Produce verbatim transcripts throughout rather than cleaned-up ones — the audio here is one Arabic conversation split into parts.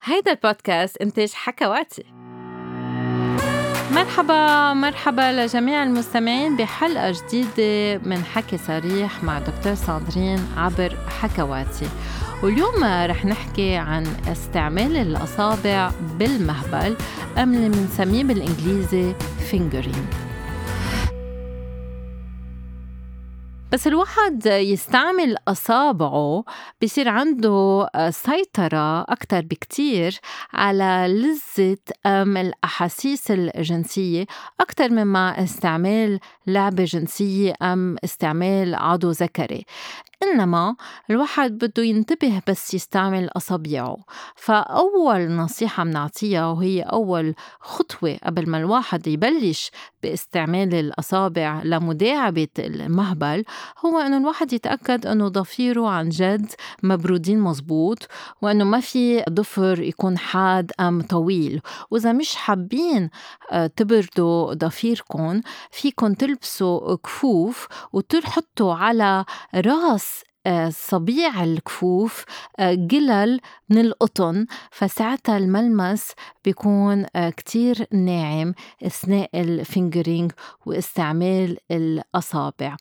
هيدا البودكاست إنتاج حكواتي. مرحبا مرحبا لجميع المستمعين بحلقة جديدة من حكي صريح مع دكتور ساندرين عبر حكواتي. واليوم رح نحكي عن استعمال الأصابع بالمهبل أم اللي منسميه بالإنجليزي fingering. بس الواحد يستعمل أصابعه بيصير عنده سيطرة أكتر بكتير على لذة أم الأحاسيس الجنسية أكتر مما استعمال لعبة جنسية أم استعمال عضو ذكري. إنما الواحد بده ينتبه بس يستعمل أصابعه. فأول نصيحة منعطيها وهي أول خطوة قبل ما الواحد يبلش باستعمال الأصابع لمداعبة المهبل هو أنه الواحد يتأكد أنه ضفيره عن جد مبرودين مزبوط، وأنه ما في ضفر يكون حاد أم طويل. وإذا مش حابين تبردوا ضفيركم فيكن تلبسوا كفوف وتحطوا على راس صبيع الكفوف جلل من القطن، فساعتها الملمس بيكون كتير ناعم أثناء الفينجرينج واستعمال الأصابع.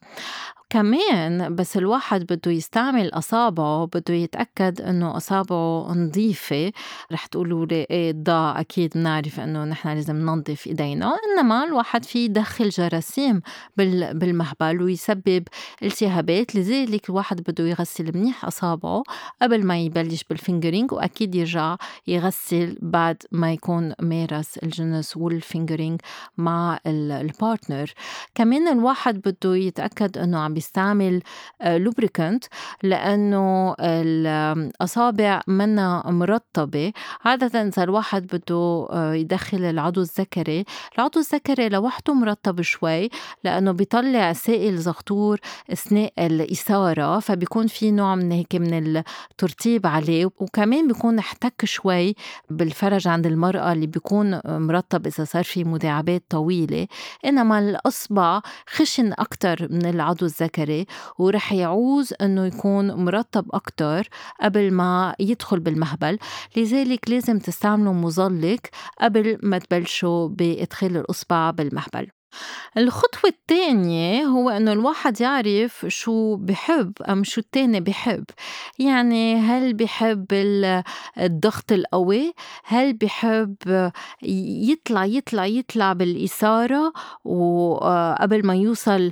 كمان بس الواحد بده يستعمل أصابعه بده يتأكد أنه أصابعه نظيفة. رح تقولوا لي إيه ضاع، أكيد نعرف أنه نحن لازم ننظف إيدينا، إنما الواحد فيه يدخل جراثيم بالمهبل ويسبب التهابات. لذلك الواحد بده يغسل منيح أصابعه قبل ما يبلش بالفينجرينج، وأكيد يرجع يغسل بعد ما يكون مارس الجنس والفينجرينج مع البارتنر. كمان الواحد بده يتأكد أنه عم بيستعمل لوبريكانت، لأنه الأصابع منا مرطبة. عادة إذا الواحد بده يدخل العضو الذكري، العضو الذكري لوحده مرطب شوي لأنه بيطلع سائل زغطور أثناء الإثارة، فبيكون في نوع من هيك من الترطيب عليه، وكمان بيكون احتك شوي بالفرج عند المرأة اللي بيكون مرطب إذا صار في مداعبات طويلة. إنما الأصبع خشن أكتر من العضو الذكري ورح يعوز أنه يكون مرطب أكتر قبل ما يدخل بالمهبل. لذلك لازم تستعملوا مزلق قبل ما تبلشوا بإدخال الأصبع بالمهبل. الخطوة الثانية هو أنه الواحد يعرف شو بحب أم شو التاني بحب. يعني هل بحب الضغط القوي، هل بحب يطلع يطلع يطلع بالإثارة وقبل ما يوصل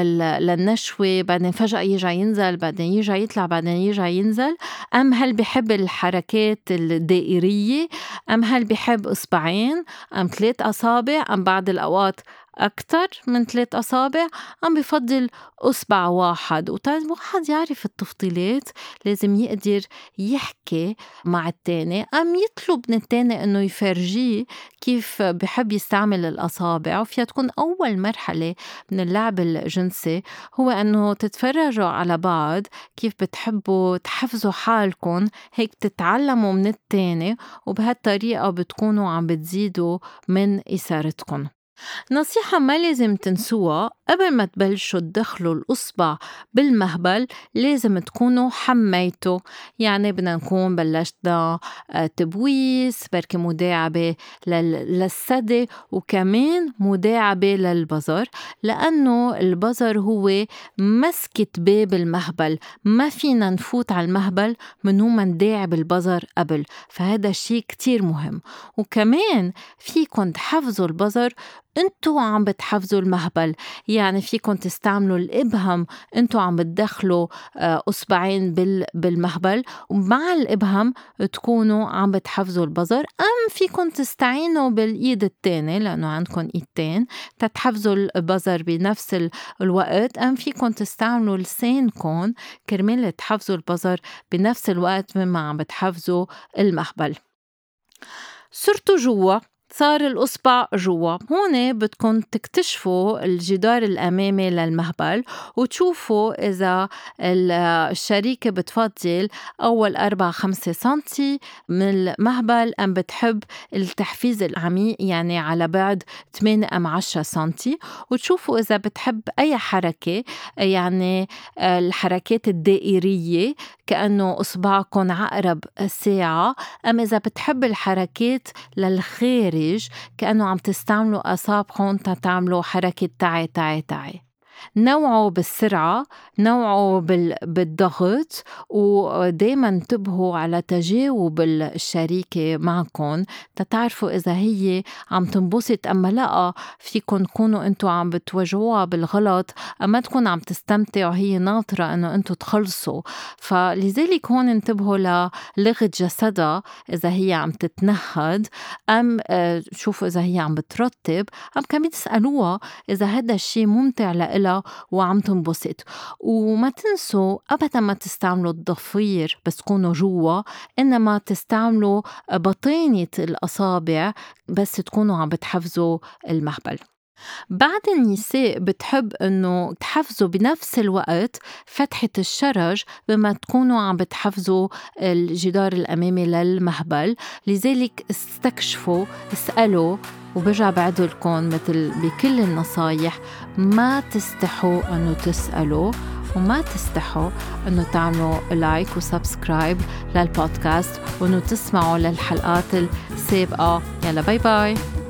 للنشوة بعدين فجأة يرجع ينزل، بعدين يرجع يطلع، بعدين يرجع ينزل، أم هل بحب الحركات الدائرية، أم هل بحب إصبعين أم ثلاث أصابع، أم بعض الأوقات أكتر من ثلاث أصابع، أم بفضل أصبع واحد. وطيب واحد يعرف التفضيلات لازم يقدر يحكي مع التاني أم يطلب من التاني أنه يفرجيه كيف بحب يستعمل الأصابع. وفيها تكون أول مرحلة من اللعب الجنسي هو أنه تتفرجوا على بعض كيف بتحبوا تحفزوا حالكم، هيك تتعلموا من التاني، وبهالطريقة بتكونوا عم بتزيدوا من إثارتكم. نصيحة ما لازم تنسوها قبل ما تبلشوا تدخلوا الأصبع بالمهبل، لازم تكونوا حميتوا. يعني بدنا نكون بلشنا تبويس، بركي مداعبة للثدي، وكمان مداعبة للبظر، لأنه البظر هو مسكة باب المهبل. ما فينا نفوت على المهبل منو ما نداعب البظر قبل، فهذا الشيء كتير مهم. وكمان فيكن تحفظوا البظر انتو عم بتحفظوا المهبل. يعني فيكن تستعملوا الإبهم انتو عم بتدخلوا أصبعين بالمهبل، ومع الإبهم تكونوا عم بتحفظوا البظر، أم فيكن تستعينوا بالإيد التاني لأنه عندكن إيدتين تتحفظوا البظر بنفس الوقت، أم فيكن تستعملوا لسانكن كرمال تحفظوا البظر بنفس الوقت مما عم بتحفظوا المهبل. صرتوا جوا، صار الأصبع جوا، هون بدكن تكتشفوا الجدار الأمامي للمهبل وتشوفوا إذا الشريكة بتفضل أول أربعة خمسة سنتي من المهبل أم بتحب التحفيز العميق يعني على بعد ثمانية أم عشرة سنتي، وتشوفوا إذا بتحب أي حركة، يعني الحركات الدائرية كأنه إصبعكم عقرب ساعة، أم إذا بتحب الحركات للخارج كأنه عم تستعملوا أصابعكم تتعملوا حركة تعي تعي تعي. نوعوا بالسرعة، نوعوا بال... بالضغط، ودايما انتبهوا على تجاوب الشريكة معكم تتعرفوا إذا هي عم تنبسط أما لأ. فيكن تكونوا أنتوا عم بتوجهوها بالغلط أما تكون عم تستمتعوا هي ناطرة أنه أنتوا تخلصوا. فلذلك هون انتبهوا للغة جسدها إذا هي عم تتنهد، أم شوفوا إذا هي عم بترتب، أم كمان تسألوها إذا هذا الشيء ممتع لإلها وعم تنبسط. وما تنسوا أبدا ما تستعملوا الضفير بس تكونوا جوا، إنما تستعملوا بطينة الأصابع بس تكونوا عم بتحفزوا المهبل. بعض النساء بتحب إنه تحفزوا بنفس الوقت فتحة الشرج بما تكونوا عم بتحفزوا الجدار الأمامي للمهبل. لذلك استكشفوا، اسألوا، وبرجع بعدلكم مثل بكل النصايح ما تستحوا أنه تسألوا، وما تستحوا أنه تعملوا لايك وسبسكرايب للبودكاست، وأنه تسمعوا للحلقات السابقة. يلا باي باي.